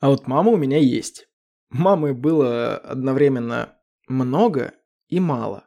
А вот мама у меня есть. Мамы было одновременно много и мало.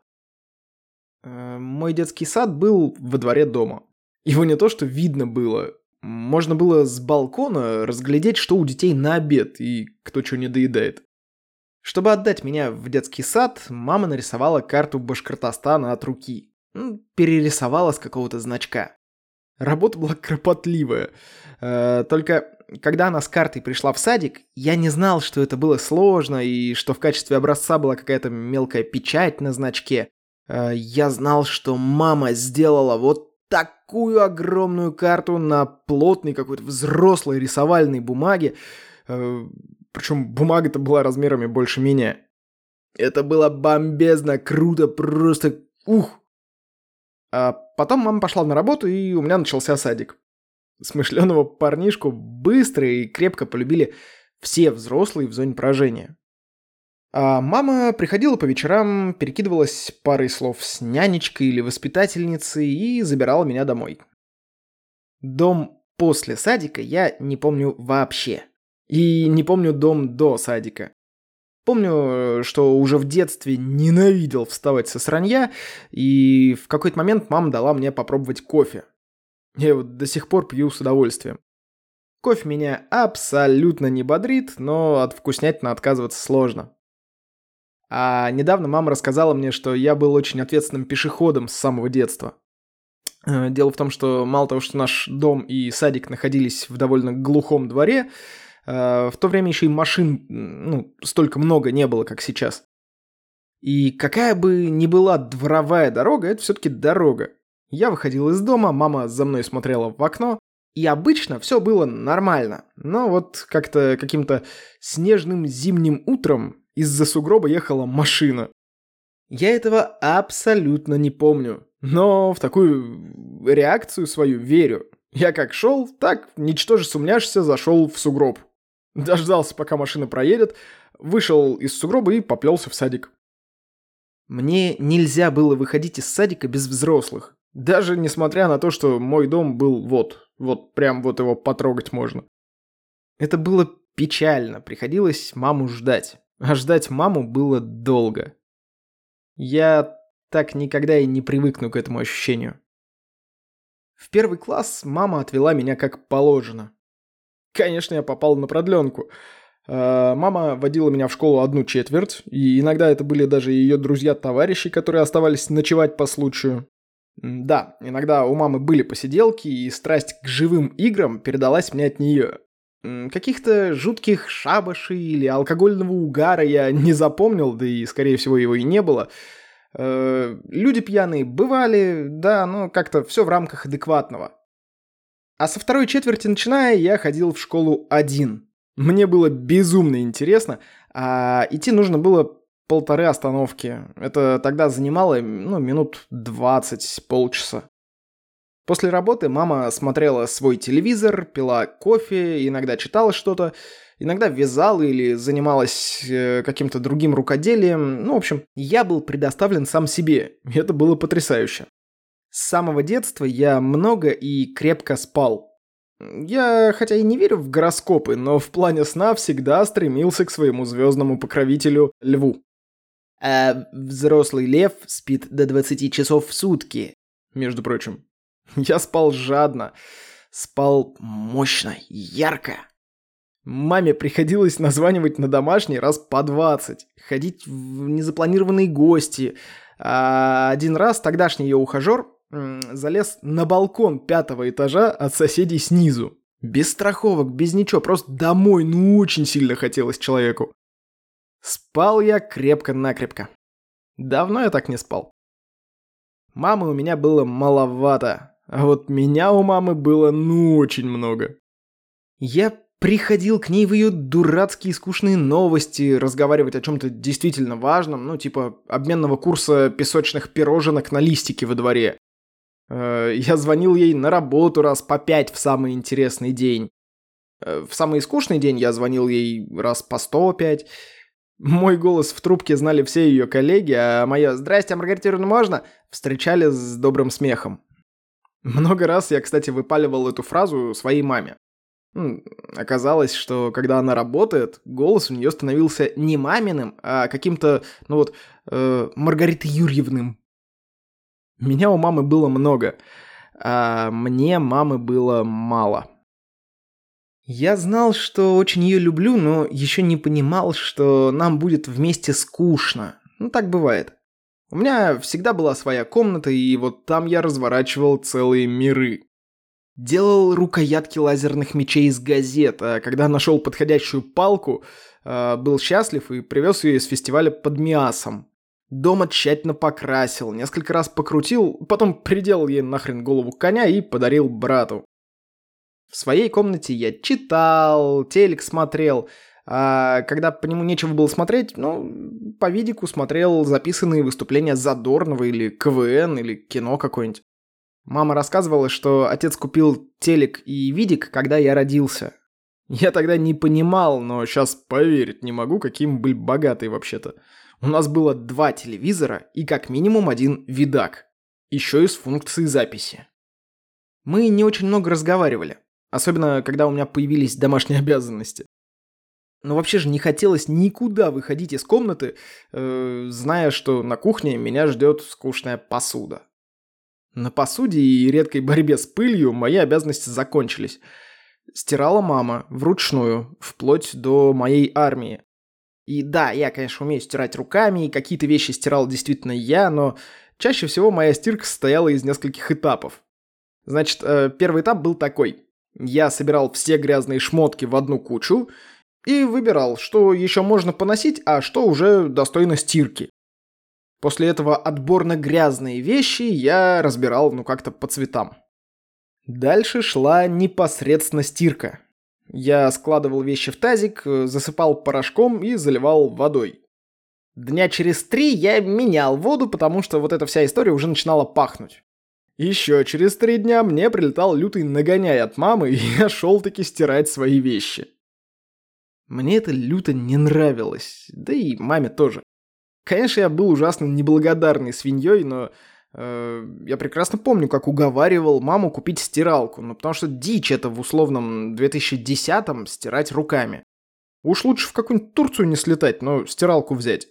Мой детский сад был во дворе дома. Его не то что видно было. Можно было с балкона разглядеть, что у детей на обед и кто что не доедает. Чтобы отдать меня в детский сад, мама нарисовала карту Башкортостана от руки. Перерисовала с какого-то значка. Работа была кропотливая. Только когда она с картой пришла в садик, я не знал, что это было сложно и что в качестве образца была какая-то мелкая печать на значке. Я знал, что мама сделала вот такую огромную карту на плотной какой-то взрослой рисовальной бумаге. Причем бумага-то была размерами больше меня. Это было бомбезно, круто, просто ух! А потом мама пошла на работу, и у меня начался садик. Смышленого парнишку быстро и крепко полюбили все взрослые в зоне поражения. А мама приходила по вечерам, перекидывалась парой слов с нянечкой или воспитательницей и забирала меня домой. Дом после садика я не помню вообще. И не помню дом до садика. Помню, что уже в детстве ненавидел вставать со сранья, и в какой-то момент мама дала мне попробовать кофе. Я его до сих пор пью с удовольствием. Кофе меня абсолютно не бодрит, но от вкуснятины отказываться сложно. А недавно мама рассказала мне, что я был очень ответственным пешеходом с самого детства. Дело в том, что мало того, что наш дом и садик находились в довольно глухом дворе, в то время еще и машин столько много не было, как сейчас. И какая бы ни была дворовая дорога, это все-таки дорога. Я выходил из дома, мама за мной смотрела в окно, и обычно все было нормально. Но вот как-то каким-то снежным зимним утром из-за сугроба ехала машина. Я этого абсолютно не помню, но в такую реакцию свою верю. Я как шел, так, ничтоже сумняшися, зашел в сугроб. Дождался, пока машина проедет, вышел из сугроба и поплелся в садик. Мне нельзя было выходить из садика без взрослых. Даже несмотря на то, что мой дом был прям его потрогать можно. Это было печально, приходилось маму ждать. А ждать маму было долго. Я так никогда и не привыкну к этому ощущению. В первый класс мама отвела меня как положено. Конечно, я попал на продленку. Мама водила меня в школу 1/4, и иногда это были даже ее друзья-товарищи, которые оставались ночевать по случаю. Да, иногда у мамы были посиделки, и страсть к живым играм передалась мне от нее. Каких-то жутких шабашей или алкогольного угара я не запомнил, да и, скорее всего, его и не было. Люди пьяные бывали, да, но как-то все в рамках адекватного. А со второй четверти начиная, я ходил в школу один. Мне было безумно интересно, а идти нужно было 1,5 остановки. Это тогда занимало, минут 20, полчаса. После работы мама смотрела свой телевизор, пила кофе, иногда читала что-то, иногда вязала или занималась каким-то другим рукоделием. В общем, я был предоставлен сам себе, и это было потрясающе. С самого детства я много и крепко спал. Я, хотя и не верю в гороскопы, но в плане сна всегда стремился к своему звездному покровителю Льву. А взрослый лев спит до 20 часов в сутки, между прочим. Я спал жадно, спал мощно, ярко. Маме приходилось названивать на домашний раз по 20, ходить в незапланированные гости. А один раз тогдашний ее ухажер залез на балкон 5-го этажа от соседей снизу. Без страховок, без ничего, просто домой, очень сильно хотелось человеку. Спал я крепко-накрепко. Давно я так не спал. Мамы у меня было маловато, а вот меня у мамы было очень много. Я приходил к ней в ее дурацкие скучные новости, разговаривать о чем-то действительно важном, типа обменного курса песочных пироженок на листике во дворе. Я звонил ей на работу раз по 5 в самый интересный день. В самый скучный день я звонил ей раз по 105. Мой голос в трубке знали все ее коллеги, а мое «Здрасте, Маргарита Юрьевна, можно?» встречали с добрым смехом. Много раз я, кстати, выпаливал эту фразу своей маме. Оказалось, что когда она работает, голос у нее становился не маминым, а каким-то, Маргаритой Юрьевным. Меня у мамы было много, а мне мамы было мало. Я знал, что очень ее люблю, но еще не понимал, что нам будет вместе скучно. Так бывает. У меня всегда была своя комната, и вот там я разворачивал целые миры. Делал рукоятки лазерных мечей из газет, а когда нашел подходящую палку, был счастлив и привез ее из фестиваля под Миасом. Дома тщательно покрасил, несколько раз покрутил, потом приделал ей нахрен голову коня и подарил брату. В своей комнате я читал, телек смотрел, а когда по нему нечего было смотреть, по видику смотрел записанные выступления Задорнова или КВН или кино какое-нибудь. Мама рассказывала, что отец купил телек и видик, когда я родился. Я тогда не понимал, но сейчас поверить не могу, какие мы были богатые вообще-то. У нас было 2 телевизора и как минимум 1 видак. Еще и с функцией записи. Мы не очень много разговаривали. Особенно, когда у меня появились домашние обязанности. Но вообще же не хотелось никуда выходить из комнаты, зная, что на кухне меня ждет скучная посуда. На посуде и редкой борьбе с пылью мои обязанности закончились. Стирала мама, вручную, вплоть до моей армии. И да, я, конечно, умею стирать руками, и какие-то вещи стирал действительно я, но чаще всего моя стирка состояла из нескольких этапов. Значит, первый этап был такой. Я собирал все грязные шмотки в одну кучу и выбирал, что еще можно поносить, а что уже достойно стирки. После этого отборно-грязные вещи я разбирал, как-то по цветам. Дальше шла непосредственно стирка. Я складывал вещи в тазик, засыпал порошком и заливал водой. Дня через 3 я менял воду, потому что вот эта вся история уже начинала пахнуть. Еще через 3 дня мне прилетал лютый нагоняй от мамы, и я шел-таки стирать свои вещи. Мне это люто не нравилось, да и маме тоже. Конечно, я был ужасно неблагодарной свиньей, но я прекрасно помню, как уговаривал маму купить стиралку, потому что дичь это в условном 2010-м стирать руками. Уж лучше в какую-нибудь Турцию не слетать, но стиралку взять.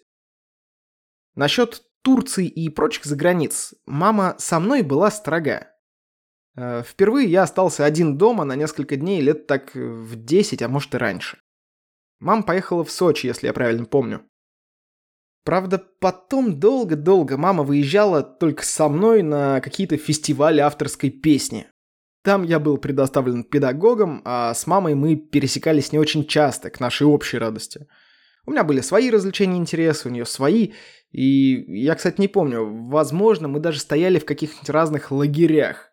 Насчет Турции и прочих заграниц мама со мной была строга. Впервые я остался один дома на несколько дней, лет так в 10, а может и раньше. Мама поехала в Сочи, если я правильно помню. Правда, потом долго-долго мама выезжала только со мной на какие-то фестивали авторской песни. Там я был предоставлен педагогам, а с мамой мы пересекались не очень часто, к нашей общей радости. У меня были свои развлечения и интересы, у нее свои, и я, кстати, не помню, возможно, мы даже стояли в каких-нибудь разных лагерях.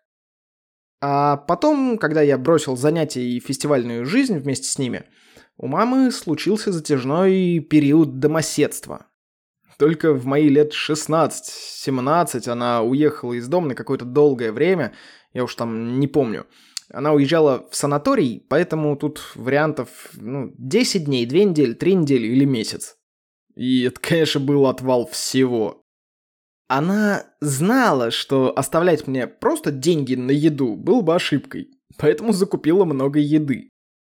А потом, когда я бросил занятия и фестивальную жизнь вместе с ними, у мамы случился затяжной период домоседства. Только в мои лет 16-17 она уехала из дома на какое-то долгое время, я уж там не помню. Она уезжала в санаторий, поэтому тут вариантов 10 дней, 2 недели, 3 недели или месяц. И это, конечно, был отвал всего. Она знала, что оставлять мне просто деньги на еду было бы ошибкой, поэтому закупила много еды.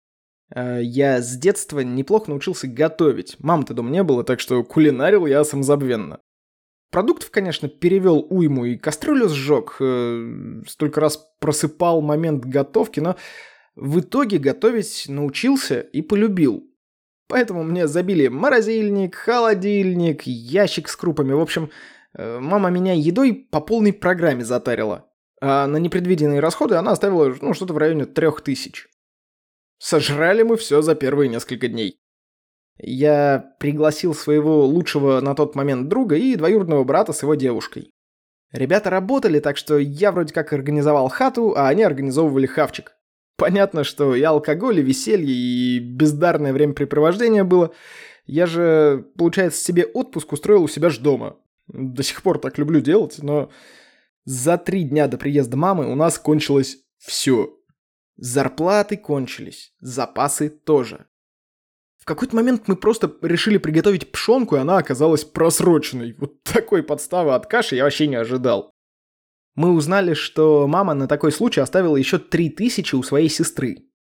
Я с детства неплохо научился готовить. Мамы-то дома не было, так что кулинарил я самозабвенно. Продуктов, конечно, перевел уйму и кастрюлю сжег. Столько раз просыпал момент готовки, но в итоге готовить научился и полюбил. Поэтому мне забили морозильник, холодильник, ящик с крупами. В общем, мама меня едой по полной программе затарила. А на непредвиденные расходы она оставила что-то в районе 3000. Сожрали мы все за первые несколько дней. Я пригласил своего лучшего на тот момент друга и двоюродного брата с его девушкой. Ребята работали, так что я вроде как организовал хату, а они организовывали хавчик. Понятно, что и алкоголь, и веселье, и бездарное времяпрепровождение было. Я же, получается, себе отпуск устроил у себя ж дома. До сих пор так люблю делать, но за 3 дня до приезда мамы у нас кончилось все. Зарплаты кончились, запасы тоже. В какой-то момент мы просто решили приготовить пшенку, и она оказалась просроченной. Вот такой подставы от каши я вообще не ожидал. Мы узнали, что мама на такой случай оставила еще 3000 у своей сестры.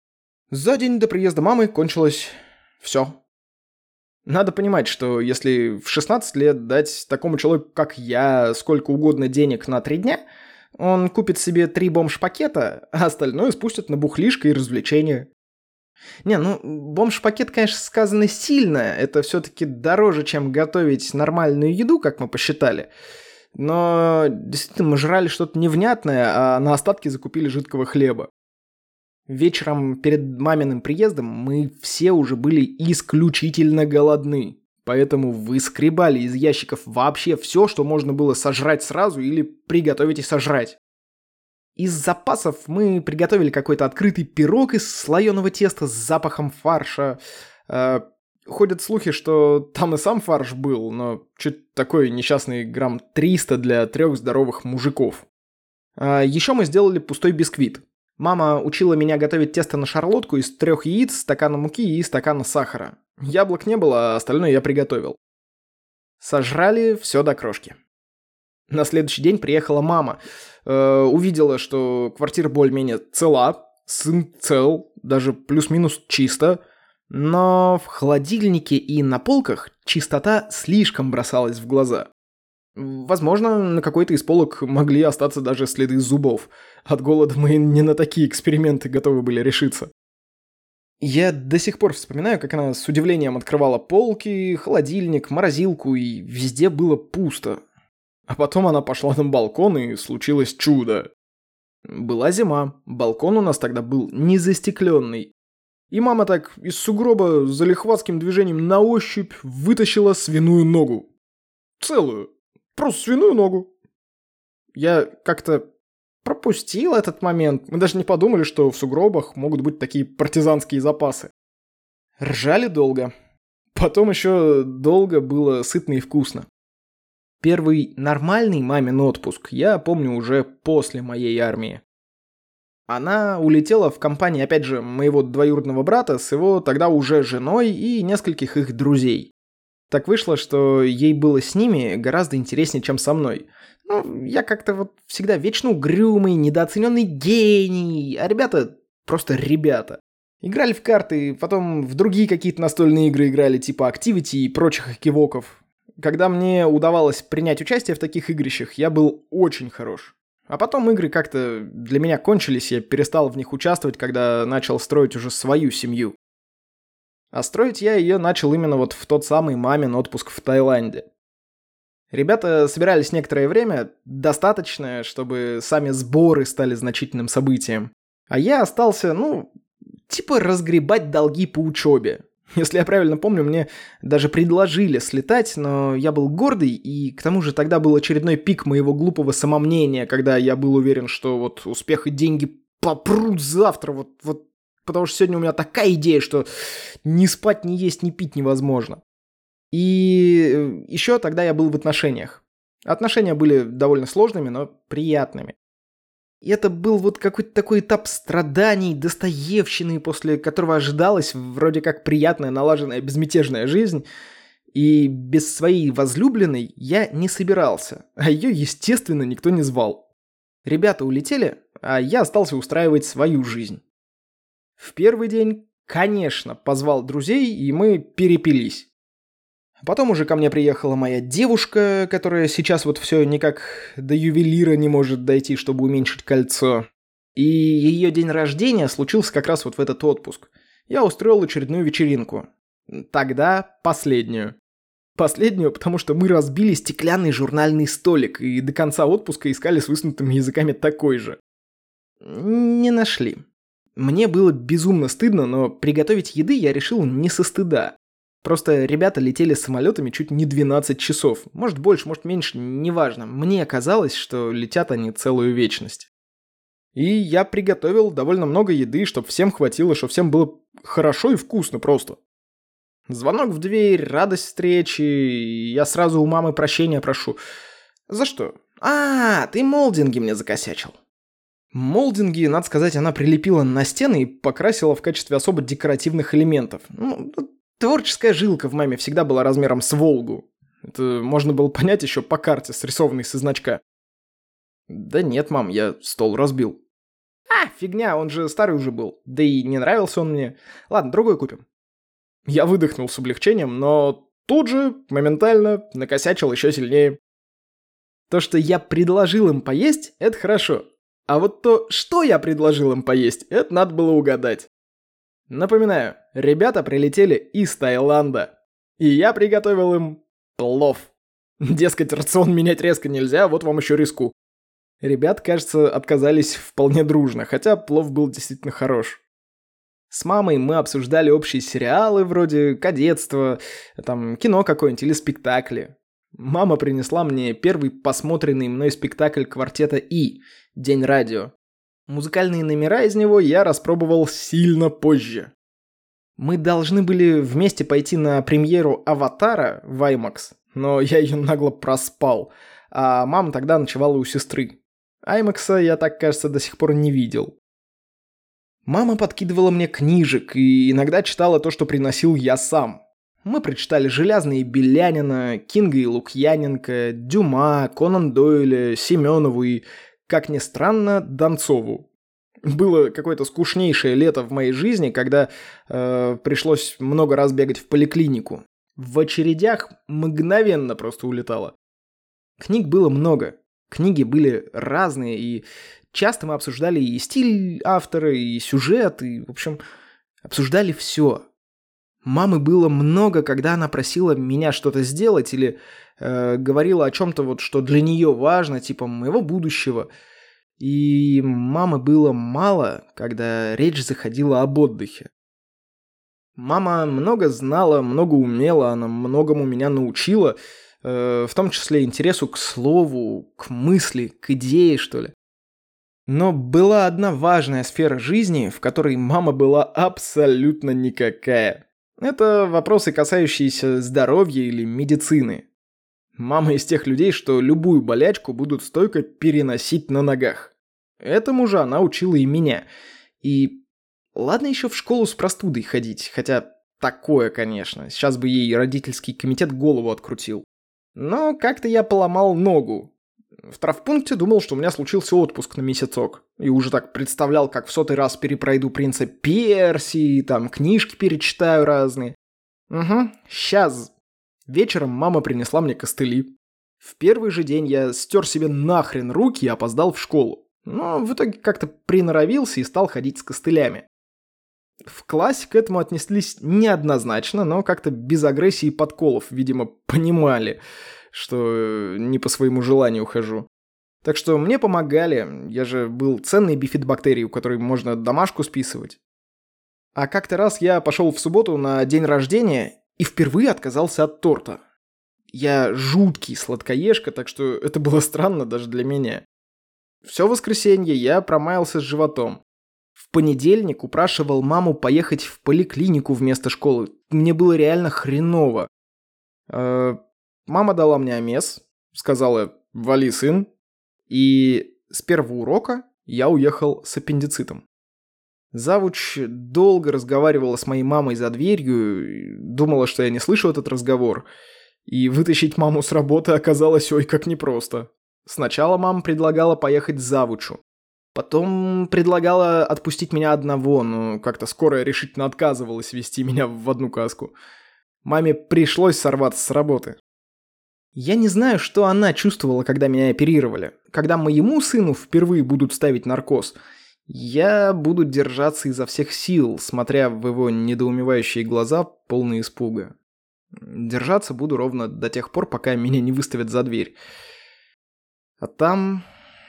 За день до приезда мамы кончилось все. Надо понимать, что если в 16 лет дать такому человеку, как я, сколько угодно денег на 3 дня, он купит себе 3 бомж-пакета, а остальное спустят на бухлишко и развлечения. Не, ну, бомж-пакет, конечно, сказано сильно, это все-таки дороже, чем готовить нормальную еду, как мы посчитали. Но действительно мы жрали что-то невнятное, а на остатки закупили жидкого хлеба. Вечером перед маминым приездом мы все уже были исключительно голодны. Поэтому выскребали из ящиков вообще все, что можно было сожрать сразу или приготовить и сожрать. Из запасов мы приготовили какой-то открытый пирог из слоеного теста с запахом фарша. Ходят слухи, что там и сам фарш был, но чуть такой несчастный грамм 300 для 3 здоровых мужиков. Еще мы сделали пустой бисквит. Мама учила меня готовить тесто на шарлотку из 3 яиц, стакана муки и стакана сахара. Яблок не было, а остальное я приготовил. Сожрали все до крошки. На следующий день приехала мама. Увидела, что квартира более-менее цела, сын цел, даже плюс-минус чисто. Но в холодильнике и на полках чистота слишком бросалась в глаза. Возможно, на какой-то из полок могли остаться даже следы зубов. От голода мы не на такие эксперименты готовы были решиться. Я до сих пор вспоминаю, как она с удивлением открывала полки, холодильник, морозилку, и везде было пусто. А потом она пошла на балкон, и случилось чудо. Была зима, балкон у нас тогда был незастекленный. И мама так из сугроба залихватским движением на ощупь вытащила свиную ногу. Целую. Просто свиную ногу. Я как-то пропустил этот момент. Мы даже не подумали, что в сугробах могут быть такие партизанские запасы. Ржали долго. Потом еще долго было сытно и вкусно. Первый нормальный мамин отпуск я помню уже после моей армии. Она улетела в компании, опять же, моего двоюродного брата с его тогда уже женой и нескольких их друзей. Так вышло, что ей было с ними гораздо интереснее, чем со мной. Ну, я как-то вот всегда вечно угрюмый, недооцененный гений, а ребята просто ребята. Играли в карты, потом в другие какие-то настольные игры играли, типа Activity и прочих экивоков. Когда мне удавалось принять участие в таких игрищах, я был очень хорош. А потом игры как-то для меня кончились, я перестал в них участвовать, когда начал строить уже свою семью. А строить я ее начал именно вот в тот самый мамин отпуск в Таиланде. Ребята собирались некоторое время, достаточно, чтобы сами сборы стали значительным событием. А я остался, типа разгребать долги по учебе. Если я правильно помню, мне даже предложили слетать, но я был гордый, и к тому же тогда был очередной пик моего глупого самомнения, когда я был уверен, что вот успех и деньги попрут завтра, вот потому что сегодня у меня такая идея, что ни спать, ни есть, ни пить невозможно. И еще тогда я был в отношениях. Отношения были довольно сложными, но приятными. И это был вот какой-то такой этап страданий, достоевщины, после которого ожидалась вроде как приятная, налаженная, безмятежная жизнь. И без своей возлюбленной я не собирался, а ее, естественно, никто не звал. Ребята улетели, а я остался устраивать свою жизнь. В первый день, конечно, позвал друзей, и мы перепились. Потом уже ко мне приехала моя девушка, которая сейчас вот все никак до ювелира не может дойти, чтобы уменьшить кольцо. И ее день рождения случился как раз вот в этот отпуск. Я устроил очередную вечеринку. Тогда последнюю. Последнюю, потому что мы разбили стеклянный журнальный столик и до конца отпуска искали с высунутыми языками такой же. Не нашли. Мне было безумно стыдно, но приготовить еды я решил не со стыда. Просто ребята летели самолетами чуть не 12 часов. Может больше, может меньше, неважно. Мне казалось, что летят они целую вечность. И я приготовил довольно много еды, чтобы всем хватило, чтобы всем было хорошо и вкусно просто. Звонок в дверь, радость встречи, я сразу у мамы прощения прошу. За что? Ты молдинги мне закосячил. Молдинги, надо сказать, она прилепила на стены и покрасила в качестве особо декоративных элементов. Творческая жилка в маме всегда была размером с Волгу. Это можно было понять еще по карте, срисованной со значка. Да нет, мам, я стол разбил. Фигня, он же старый уже был. Да и не нравился он мне. Ладно, другой купим. Я выдохнул с облегчением, но тут же моментально накосячил еще сильнее. То, что я предложил им поесть, это хорошо. А вот то, что я предложил им поесть, это надо было угадать. Напоминаю, ребята прилетели из Таиланда. И я приготовил им плов. Дескать, рацион менять резко нельзя, вот вам еще риску. Ребят, кажется, отказались вполне дружно, хотя плов был действительно хорош. С мамой мы обсуждали общие сериалы вроде «Кадетство», там кино какое-нибудь или спектакли. Мама принесла мне первый посмотренный мной спектакль квартета «И» «День радио». Музыкальные номера из него я распробовал сильно позже. Мы должны были вместе пойти на премьеру «Аватара» в IMAX, но я ее нагло проспал, а мама тогда ночевала у сестры. IMAX я, так кажется, до сих пор не видел. Мама подкидывала мне книжек и иногда читала то, что приносил я сам. Мы прочитали «Железные» Белянина, Кинга и Лукьяненко, Дюма, Конан Дойля, Семенову и, как ни странно, Донцову. Было какое-то скучнейшее лето в моей жизни, когда пришлось много раз бегать в поликлинику. В очередях мгновенно просто улетало. Книг было много. Книги были разные, и часто мы обсуждали и стиль автора, и сюжет, и, в общем, обсуждали все. Мамы было много, когда она просила меня что-то сделать или говорила о чем-то, вот, что для нее важно, типа моего будущего. И мамы было мало, когда речь заходила об отдыхе. Мама много знала, много умела, она многому меня научила, в том числе интересу к слову, к мысли, к идее, что ли. Но была одна важная сфера жизни, в которой мама была абсолютно никакая. Это вопросы, касающиеся здоровья или медицины. Мама из тех людей, что любую болячку будут стойко переносить на ногах. Этому же она учила и меня. И ладно еще в школу с простудой ходить, хотя такое, конечно. Сейчас бы ей родительский комитет голову открутил. Но как-то я поломал ногу. В травмпункте думал, что у меня случился отпуск на месяцок. И уже так представлял, как в 100-й раз перепройду «Принца Персии», там книжки перечитаю разные. Сейчас. Вечером мама принесла мне костыли. В первый же день я стер себе нахрен руки и опоздал в школу. Но в итоге как-то приноровился и стал ходить с костылями. В классе к этому отнеслись неоднозначно, но как-то без агрессии и подколов, видимо, понимали, что не по своему желанию хожу. Так что мне помогали, я же был ценной бифидобактерией, у которой можно домашку списывать. А как-то раз я пошел в субботу на день рождения и впервые отказался от торта. Я жуткий сладкоежка, так что это было странно даже для меня. Все воскресенье я промаялся с животом. В понедельник упрашивал маму поехать в поликлинику вместо школы. Мне было реально хреново. Мама дала мне омес, сказала «вали, сын». И с первого урока я уехал с аппендицитом. Завуч долго разговаривала с моей мамой за дверью, думала, что я не слышу этот разговор. И вытащить маму с работы оказалось ой как непросто. Сначала мама предлагала поехать к завучу. Потом предлагала отпустить меня одного, но как-то скорая решительно отказывалась вести меня в одну каску. Маме пришлось сорваться с работы. Я не знаю, что она чувствовала, когда меня оперировали. Когда моему сыну впервые будут ставить наркоз, я буду держаться изо всех сил, смотря в его недоумевающие глаза, полные испуга. Держаться буду ровно до тех пор, пока меня не выставят за дверь. А там...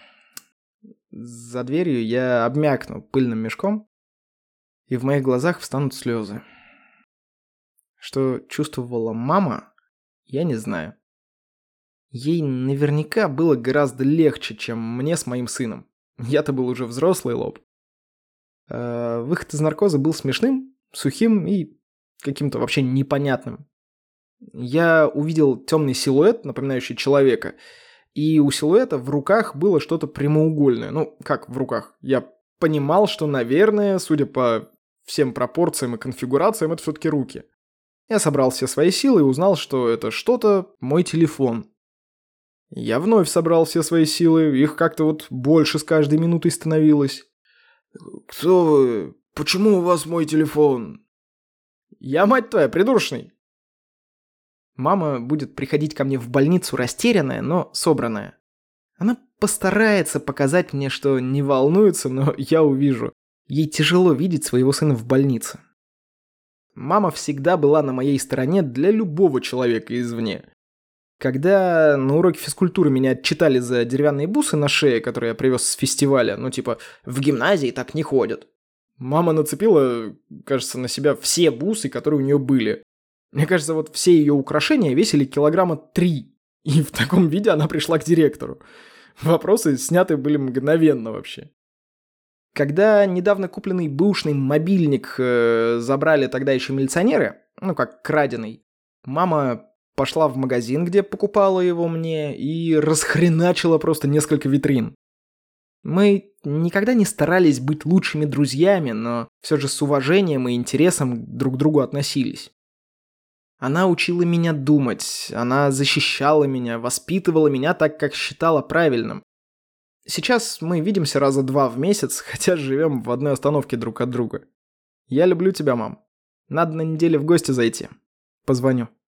За дверью я обмякну пыльным мешком, и в моих глазах встанут слезы. Что чувствовала мама, я не знаю. Ей наверняка было гораздо легче, чем мне с моим сыном. Я-то был уже взрослый лоб. Выход из наркоза был смешным, сухим и каким-то вообще непонятным. Я увидел темный силуэт, напоминающий человека, и у силуэта в руках было что-то прямоугольное. Ну, как в руках? Я понимал, что, наверное, судя по всем пропорциям и конфигурациям, это все-таки руки. Я собрал все свои силы и узнал, что это что-то мой телефон. Я вновь собрал все свои силы, их как-то вот больше с каждой минутой становилось. «Кто вы? Почему у вас мой телефон?» «Я мать твоя, придурочный!» Мама будет приходить ко мне в больницу растерянная, но собранная. Она постарается показать мне, что не волнуется, но я увижу. Ей тяжело видеть своего сына в больнице. Мама всегда была на моей стороне для любого человека извне. Когда на уроке физкультуры меня отчитали за деревянные бусы на шее, которые я привез с фестиваля, в гимназии так не ходят. Мама нацепила, кажется, на себя все бусы, которые у нее были. Мне кажется, вот все ее украшения весили 3 килограмма. И в таком виде она пришла к директору. Вопросы сняты были мгновенно вообще. Когда недавно купленный бэушный мобильник забрали тогда еще милиционеры, как краденый, мама пошла в магазин, где покупала его мне, и расхреначила просто несколько витрин. Мы никогда не старались быть лучшими друзьями, но все же с уважением и интересом друг к другу относились. Она учила меня думать, она защищала меня, воспитывала меня так, как считала правильным. Сейчас мы видимся раза 2 в месяц, хотя живем в одной остановке друг от друга. Я люблю тебя, мам. Надо на неделю в гости зайти. Позвоню.